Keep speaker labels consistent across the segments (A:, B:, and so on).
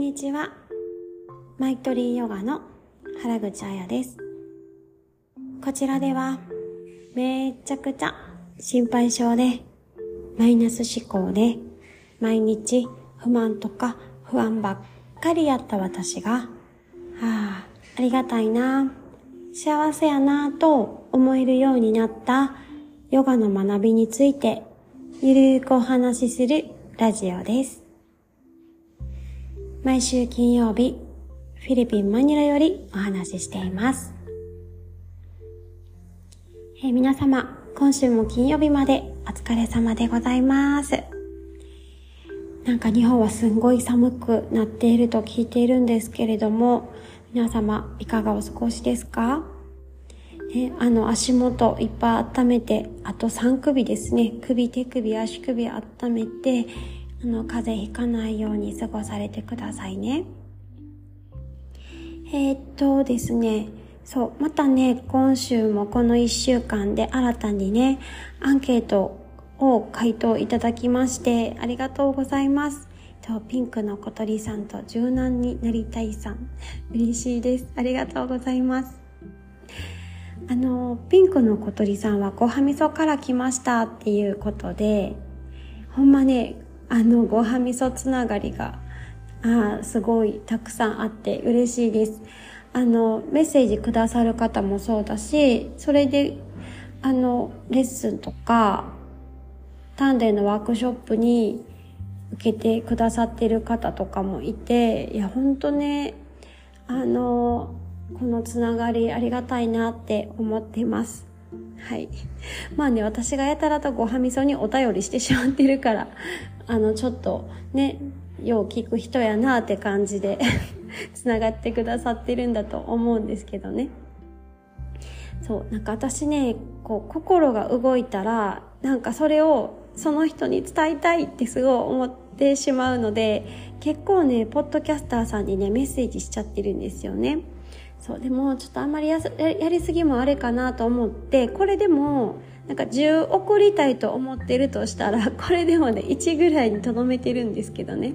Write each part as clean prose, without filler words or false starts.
A: にちは。マイトリーヨガの原口彩です。こちらではめちゃくちゃ心配性でマイナス思考で毎日不満とか不安ばっかりやった私がありがたいな、幸せやなと思えるようになったヨガの学びについてゆるーくお話しするラジオです。毎週金曜日、フィリピン・マニラよりお話ししています。皆様、今週も金曜日までお疲れ様でございます。なんか日本はすんごい寒くなっていると聞いているんですけれども、皆様いかがお過ごしですか？足元いっぱい温めて、あと3首ですね。首、手首、足首温めて、風邪ひかないように過ごされてくださいね。ですね、またね、今週もこの1週間で新たにね、アンケートを回答いただきまして、ありがとうございます。ピンクの小鳥さんと柔軟になりたいさん、嬉しいです。ありがとうございます。ピンクの小鳥さんはごはみそから来ましたっていうことで、ほんまね、ごはみそつながりがすごいたくさんあって嬉しいです。メッセージくださる方もそうだし、それでレッスンとか丹田のワークショップに受けてくださっている方とかもいて、いや本当ね、このつながりありがたいなって思っています。はい。まあね、私がやたらとごはみそにお便りしてしまってるから、ちょっとね、よう聞く人やなって感じでつながってくださってるんだと思うんですけどね。なんか私ね、心が動いたら、なんかそれをその人に伝えたいってすごい思ってしまうので、結構ね、ポッドキャスターさんにね、メッセージしちゃってるんですよね。でもちょっとあんまりやりすぎもあれかなと思って、これでもなんか10送りたいと思ってるとしたら、これでもね1ぐらいにとどめてるんですけどね。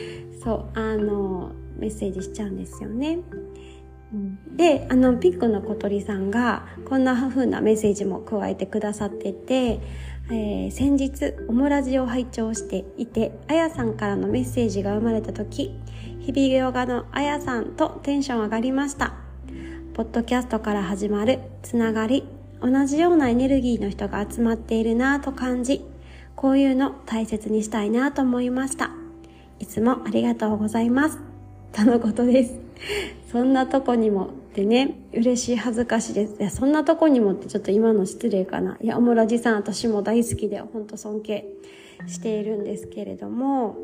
A: メッセージしちゃうんですよね。で、ピンクの小鳥さんがこんな風なメッセージも加えてくださってて、先日オムラジを拝聴していて、あやさんからのメッセージが生まれた時、日々ヨガのあやさんとテンション上がりました。ポッドキャストから始まるつながり、同じようなエネルギーの人が集まっているなぁと感じ、こういうの大切にしたいなと思いました。いつもありがとうございます。とのことです。そんなとこにもってね、嬉しい恥ずかしいです。いや、そんなとこにもってちょっと今の失礼かな。いや、オムラジさん私も大好きで、本当尊敬しているんですけれども、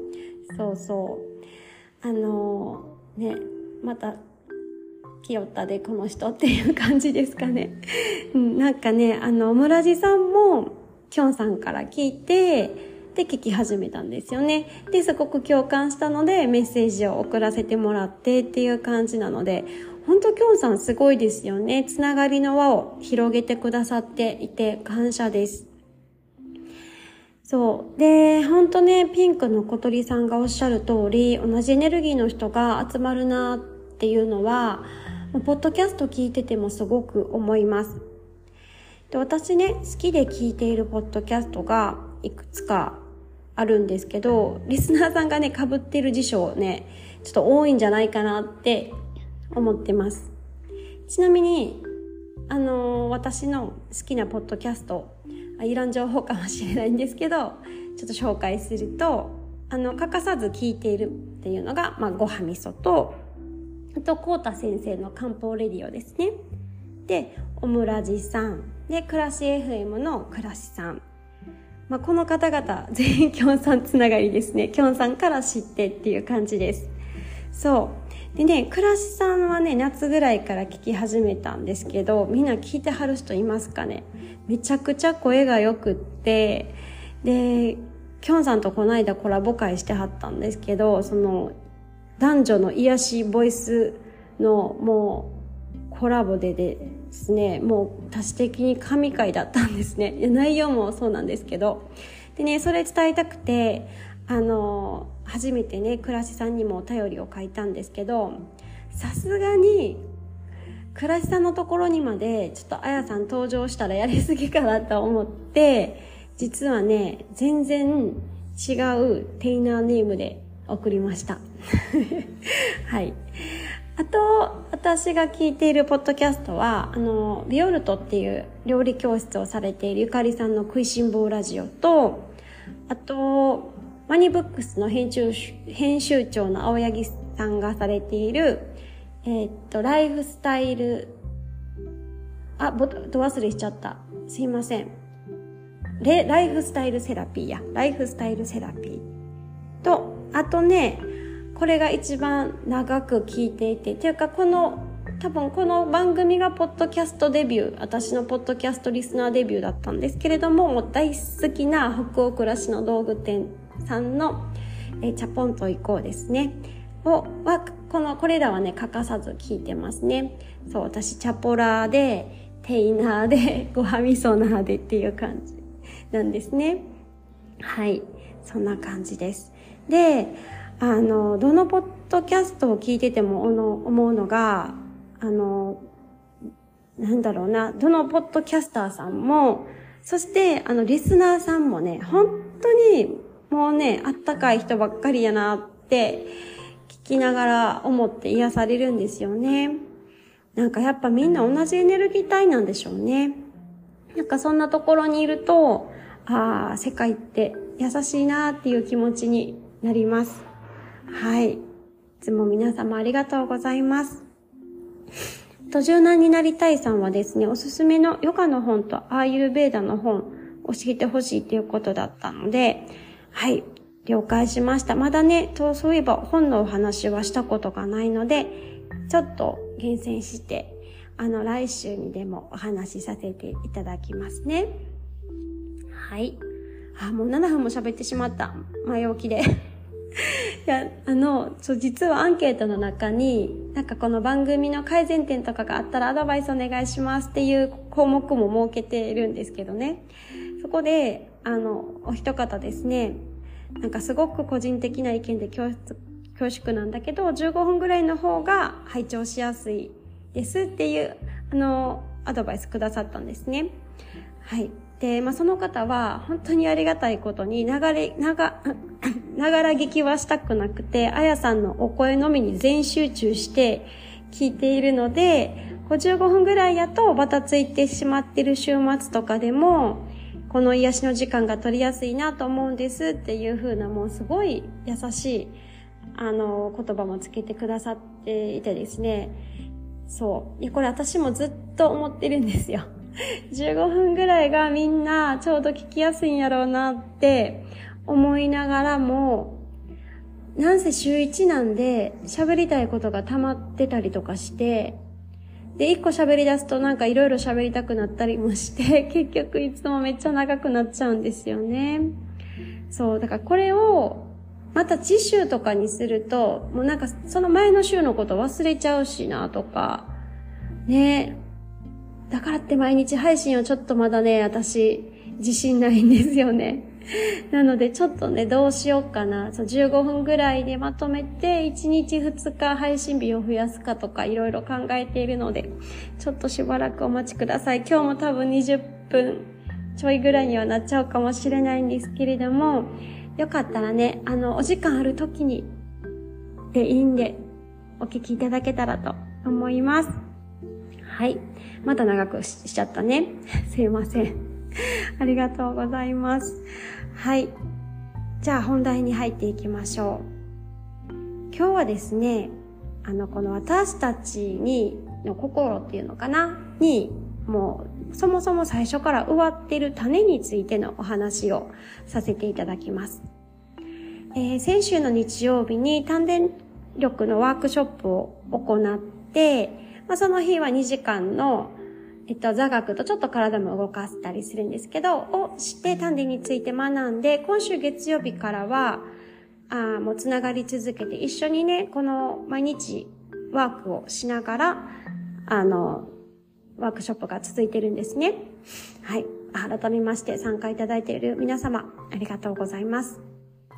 A: また来よったでこの人っていう感じですかね。なんかね、オムラジさんもキョンさんから聞いて、で聞き始めたんですよね。で、すごく共感したのでメッセージを送らせてもらってっていう感じなので、本当キョンさんすごいですよね。つながりの輪を広げてくださっていて感謝です。で、本当ね、ピンクの小鳥さんがおっしゃる通り、同じエネルギーの人が集まるなっていうのは、ポッドキャスト聞いててもすごく思います。で、私ね、好きで聞いているポッドキャストがいくつかあるんですけど、リスナーさんがね、被っている事象ね、ちょっと多いんじゃないかなって思ってます。ちなみに、私の好きなポッドキャスト、いらん情報かもしれないんですけど、ちょっと紹介すると、欠かさず聞いているっていうのが、ごはみそと、あと、コータ先生の漢方レディオですね。で、オムラジさん。で、暮らし FM の暮らしさん。この方々、全員キョンさんつながりですね。キョンさんから知ってっていう感じです。でね、暮らしさんはね、夏ぐらいから聞き始めたんですけど、みんな聞いてはる人いますかね？めちゃくちゃ声が良くって、で、キョンさんとこの間コラボ会してはったんですけど、男女の癒しボイスのもうコラボでですね、もう多種的に神回だったんですね。内容もそうなんですけど。でね、それ伝えたくて、 初めてね、倉石さんにもお便りを書いたんですけど、さすがに倉石さんのところにまでちょっとあやさん登場したらやりすぎかなと思って、実はね、全然違うテイナーネームで送りました。はい。あと、私が聞いているポッドキャストは、ビオルトっていう料理教室をされているゆかりさんの食いしん坊ラジオと、あと、マニブックスの編集長の青柳さんがされている、ライフスタイル、ど忘れしちゃった。すいません。ライフスタイルセラピーや。ライフスタイルセラピー。と、あとね、これが一番長く聞いていて、というか多分この番組がポッドキャストデビュー、私のポッドキャストリスナーデビューだったんですけれども、もう大好きな北欧暮らしの道具店さんの、チャポンと行こうですね。これらはね、欠かさず聞いてますね。そう、私、チャポラーで、テイナーで、ごはみそナーでっていう感じなんですね。はい。そんな感じです。で、どのポッドキャストを聞いてても思うのが、なんだろうな、どのポッドキャスターさんも、そして、リスナーさんもね、本当に、もうね、あったかい人ばっかりやなって、聞きながら思って癒されるんですよね。なんかやっぱみんな同じエネルギー体なんでしょうね。なんかそんなところにいると、世界って優しいなっていう気持ちになります。はい。いつも皆様ありがとうございます。柔軟になりたいさんはですね、おすすめのヨガの本とアーユルベーダの本教えてほしいということだったので、はい、了解しました。まだね、そういえば本のお話はしたことがないので、ちょっと厳選して、来週にでもお話しさせていただきますね。はい。もう7分も喋ってしまった。前置きで。いや、実はアンケートの中に、なんかこの番組の改善点とかがあったらアドバイスお願いしますっていう項目も設けているんですけどね。そこで、お一方ですね、なんかすごく個人的な意見で恐縮なんだけど、15分ぐらいの方が拝聴しやすいですっていう、アドバイスくださったんですね。はい。で、その方は本当にありがたいことにながら聞きはしたくなくて、あやさんのお声のみに全集中して聞いているので、55分ぐらいやとバタついてしまってる週末とかでも、この癒しの時間が取りやすいなと思うんですっていう風な、もうすごい優しい、言葉もつけてくださっていてですね。そう。これ私もずっと思ってるんですよ。15分ぐらいがみんなちょうど聞きやすいんやろうなって思いながらも、なんせ週1なんで喋りたいことが溜まってたりとかして、で、1個喋り出すとなんかいろいろ喋りたくなったりもして、結局いつもめっちゃ長くなっちゃうんですよね。そう、だからこれをまた次週とかにすると、もうなんかその前の週のこと忘れちゃうしなとか、ね。だからって毎日配信はちょっとまだね、私自信ないんですよね。なのでちょっとね、どうしようかな。15分ぐらいでまとめて、1日2日配信日を増やすかとかいろいろ考えているので、ちょっとしばらくお待ちください。今日も多分20分ちょいぐらいにはなっちゃうかもしれないんですけれども、よかったらね、お時間ある時にでいいんで、お聞きいただけたらと思います。はい。また長くしちゃったね。すいません。ありがとうございます。はい。じゃあ本題に入っていきましょう。今日はですね、この私たちの心っていうのかなに、もうそもそも最初から植わっている種についてのお話をさせていただきます。先週の日曜日に丹田力のワークショップを行って、その日は2時間の、座学とちょっと体も動かせたりするんですけど、をして丹田について学んで、今週月曜日からは、もうつながり続けて一緒にね、この毎日ワークをしながら、ワークショップが続いてるんですね。はい。改めまして参加いただいている皆様、ありがとうございます。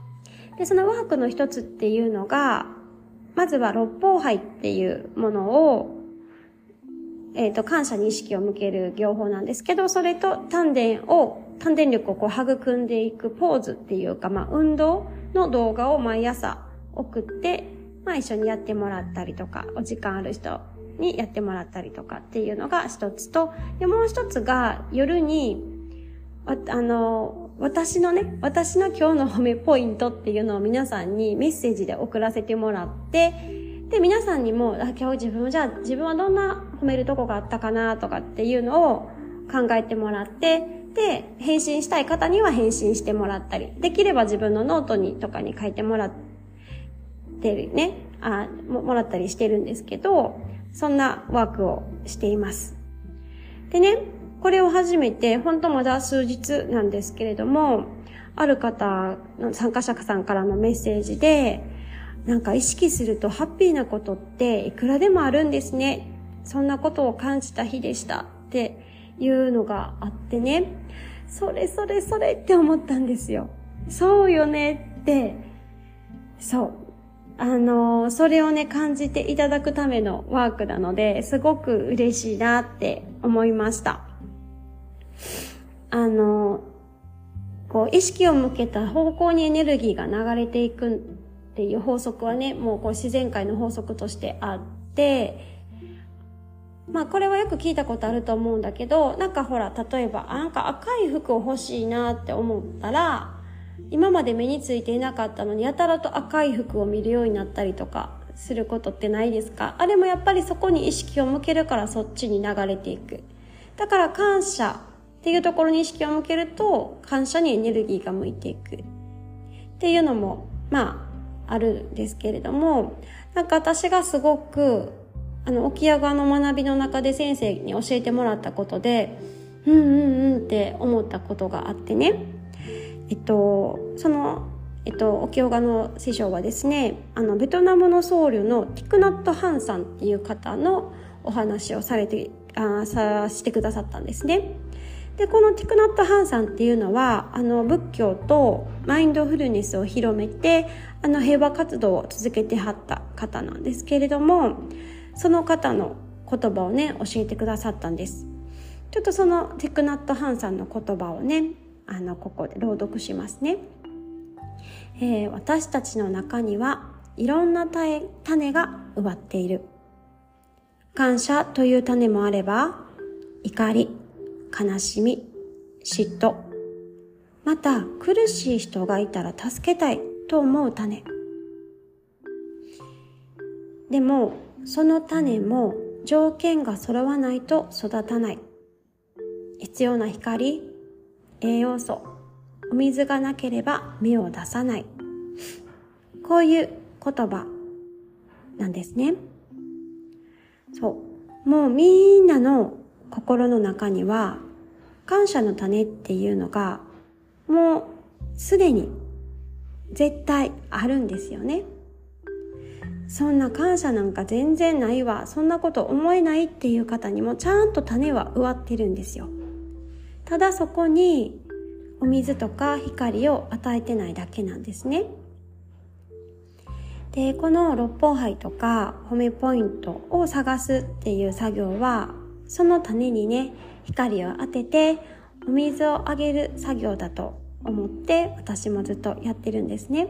A: で、そのワークの一つっていうのが、まずは六方杯っていうものを、感謝に意識を向ける業法なんですけど、それと丹田力をこう育んでいくポーズっていうか、運動の動画を毎朝送って、一緒にやってもらったりとか、お時間ある人にやってもらったりとかっていうのが一つと、で、もう一つが夜に、私の今日の褒めポイントっていうのを皆さんにメッセージで送らせてもらって、で、皆さんにも、今日自分はどんな褒めるとこがあったかなとかっていうのを考えてもらって、で、返信したい方には返信してもらったり、できれば自分のノートにとかに書いてもらってるね、もらったりしてるんですけど、そんなワークをしています。でね、これを始めて、本当まだ数日なんですけれども、ある方の参加者さんからのメッセージで、なんか意識するとハッピーなことっていくらでもあるんですね。そんなことを感じた日でしたっていうのがあってね。それって思ったんですよ。そうよねって。そう。それをね、感じていただくためのワークなので、すごく嬉しいなって思いました。意識を向けた方向にエネルギーが流れていくっていう法則はね、もう自然界の法則としてあって、これはよく聞いたことあると思うんだけど、例えば、赤い服を欲しいなって思ったら、今まで目についていなかったのに、やたらと赤い服を見るようになったりとかすることってないですか？あれもやっぱりそこに意識を向けるからそっちに流れていく。だから感謝っていうところに意識を向けると、感謝にエネルギーが向いていく。っていうのも、あるんですけれども、私がすごく沖ヨガの学びの中で先生に教えてもらったことでって思ったことがあってね、沖ヨガの師匠はですね、ベトナムの僧侶のティクナット・ハンさんっていう方のお話をさしてくださったんですね。で、このティクナット・ハンさんっていうのは、仏教とマインドフルネスを広めて、平和活動を続けてはった方なんですけれども、その方の言葉をね、教えてくださったんです。ちょっとそのティクナット・ハンさんの言葉をね、ここで朗読しますね。私たちの中にはいろんな種が植わっている。感謝という種もあれば、怒り、悲しみ、嫉妬、また苦しい人がいたら助けたいと思う種。でもその種も条件が揃わないと育たない。必要な光、栄養素、お水がなければ芽を出さない。こういう言葉なんですね。そう。もうみんなの心の中には感謝の種っていうのがもうすでに絶対あるんですよね。そんな感謝なんか全然ないわ、そんなこと思えないっていう方にもちゃんと種は植わってるんですよ。ただそこにお水とか光を与えてないだけなんですね。で、この六方杯とか褒めポイントを探すっていう作業は、その種にね、光を当ててお水をあげる作業だと思って私もずっとやってるんですね。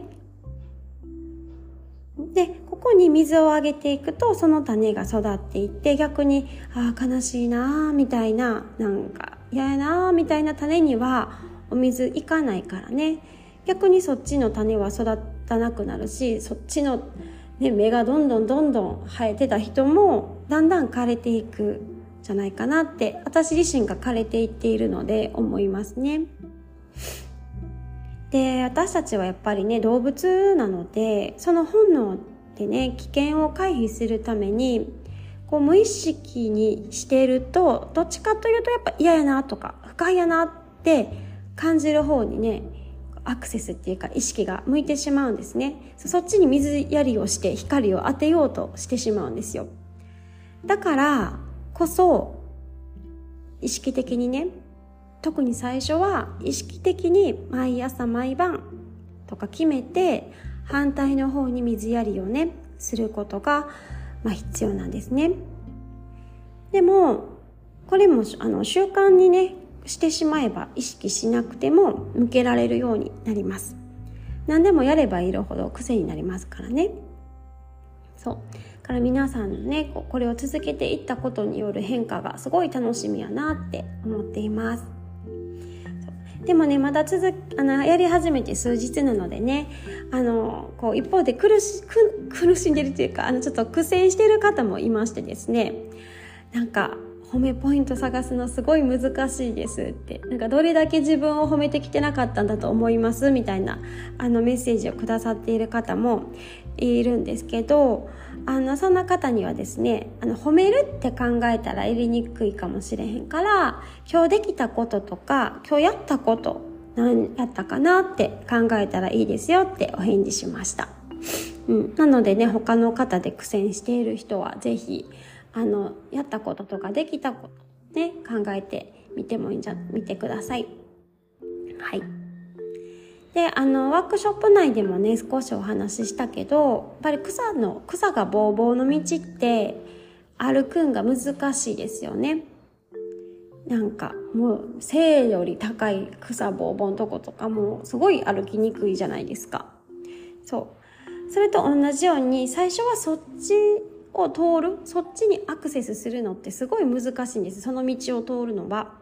A: で、ここに水をあげていくとその種が育っていって、逆に悲しいなみたいな、なんか嫌やなみたいな種にはお水いかないからね、逆にそっちの種は育たなくなるし、そっちの、芽がどんどん生えてた人もだんだん枯れていくじゃないかなって、私自身が枯れていっているので思いますね。で、私たちはやっぱりね、動物なので、その本能でね、危険を回避するために無意識にしていると、どっちかというとやっぱ嫌やなとか不快やなって感じる方にね、アクセスっていうか意識が向いてしまうんですね。そっちに水やりをして光を当てようとしてしまうんですよ。だからこそ意識的にね、特に最初は意識的に毎朝毎晩とか決めて、反対の方に水やりをねすることが、必要なんですね。でもこれも習慣にねしてしまえば、意識しなくても向けられるようになります。何でもやればいるほど癖になりますからね。そうから皆さんね、これを続けていったことによる変化がすごい楽しみやなって思っています。でもね、まだやり始めて数日なのでね、一方で苦しんでるというか、ちょっと苦戦している方もいましてですね、なんか褒めポイント探すのすごい難しいですって、なんかどれだけ自分を褒めてきてなかったんだと思いますみたいなメッセージをくださっている方もいるんですけど、そんな方にはですね、褒めるって考えたらやりにくいかもしれへんから、今日できたこととか今日やったこと何やったかなって考えたらいいですよってお返事しました。なのでね、他の方で苦戦している人はぜひやったこととかできたことね考えてみてください。はい。で、ワークショップ内でもね少しお話ししたけど、やっぱり草がぼうぼうの道って歩くんが難しいですよね。なんかもう背より高い草ぼうぼうのとことかもすごい歩きにくいじゃないですか。それと同じように、最初はそっちを通る、そっちにアクセスするのってすごい難しいんです。その道を通るのは。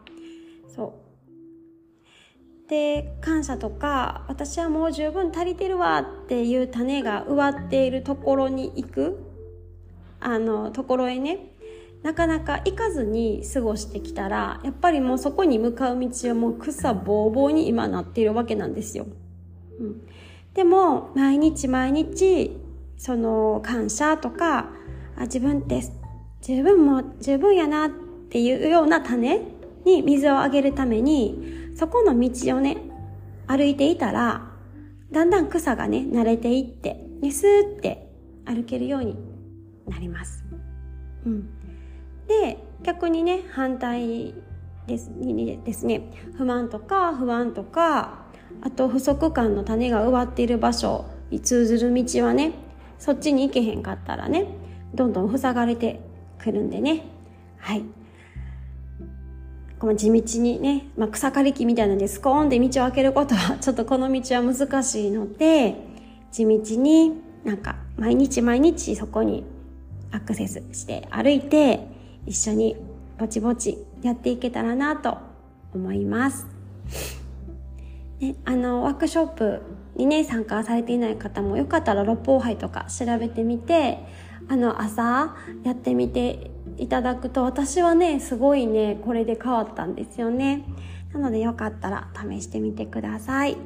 A: で、感謝とか私はもう十分足りてるわっていう種が植わっているところに行くところへね、なかなか行かずに過ごしてきたら、やっぱりもうそこに向かう道はもう草ぼうぼうに今なっているわけなんですよ。でも毎日その感謝とか、自分って十分やなっていうような種に水をあげるために、そこの道をね歩いていたら、だんだん草がね慣れていって、スーって歩けるようになります。で、逆にね反対にですね、不満とか不安とか、あと不足感の種が植わっている場所に通ずる道はね、そっちに行けへんかったらね、どんどん塞がれてくるんでね。はい。この地道にね、草刈り機みたいなのでスコーンで道を開けることはちょっとこの道は難しいので、地道になんか毎日そこにアクセスして歩いて、一緒にぼちぼちやっていけたらなと思います。ね、ワークショップにね参加されていない方もよかったら六法杯とか調べてみて、朝やってみていただくと、私はねすごいねこれで変わったんですよね。なのでよかったら試してみてください。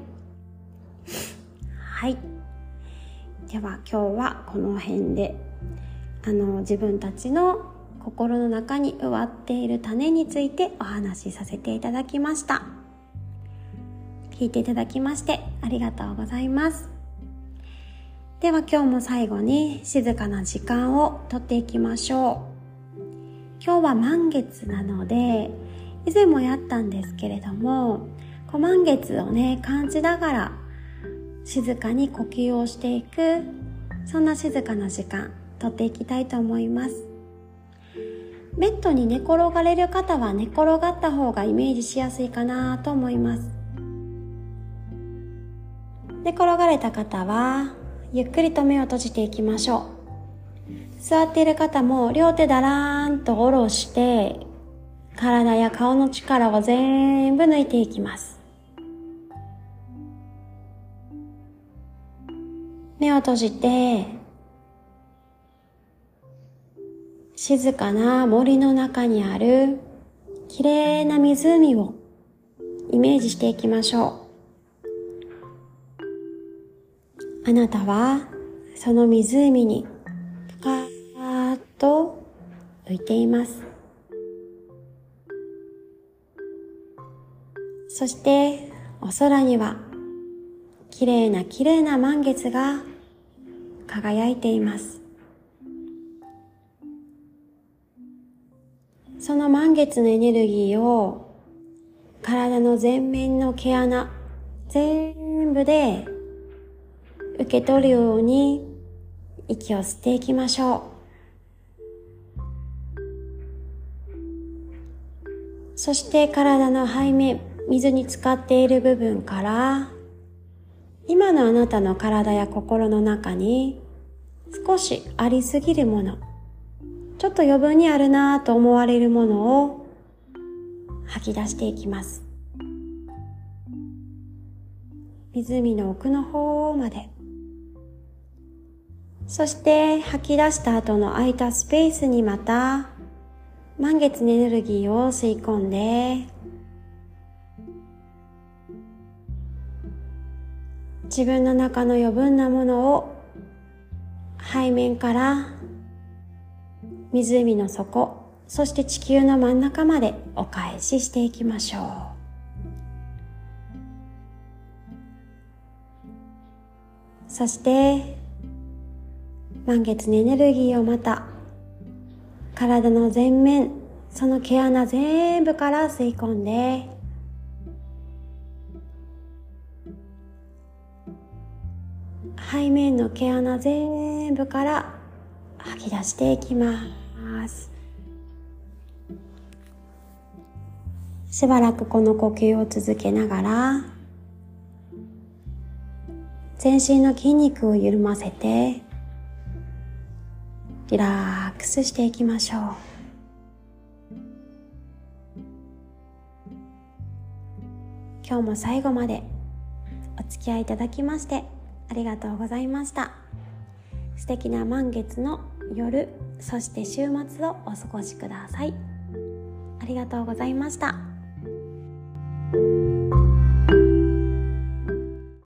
A: はい。では今日はこの辺で自分たちの心の中に植わっている種についてお話しさせていただきました。聞いていただきましてありがとうございます。では今日も最後に静かな時間をとっていきましょう。今日は満月なので、以前もやったんですけれども、満月をね感じながら静かに呼吸をしていく、そんな静かな時間とっていきたいと思います。ベッドに寝転がれる方は寝転がった方がイメージしやすいかなと思います。寝転がれた方はゆっくりと目を閉じていきましょう。座っている方も両手だらーんと下ろして、体や顔の力を全部抜いていきます。目を閉じて、静かな森の中にあるきれいな湖をイメージしていきましょう。あなたはその湖にぷかーっと浮いています。そしてお空にはきれいな満月が輝いています。その満月のエネルギーを体の前面の毛穴全部で受け取るように息を吸っていきましょう。そして体の背面、水に浸かっている部分から今のあなたの体や心の中に少しありすぎるもの、ちょっと余分にあるなと思われるものを吐き出していきます。湖の奥の方まで。そして吐き出した後の空いたスペースにまた満月のエネルギーを吸い込んで、自分の中の余分なものを背面から湖の底、そして地球の真ん中までお返ししていきましょう。そして満月のエネルギーをまた体の前面、その毛穴全部から吸い込んで、背面の毛穴全部から吐き出していきます。しばらくこの呼吸を続けながら全身の筋肉を緩ませてリラックスしていきましょう。今日も最後までお付き合いいただきましてありがとうございました。素敵な満月の夜、そして週末をお過ごしください。ありがとうございました。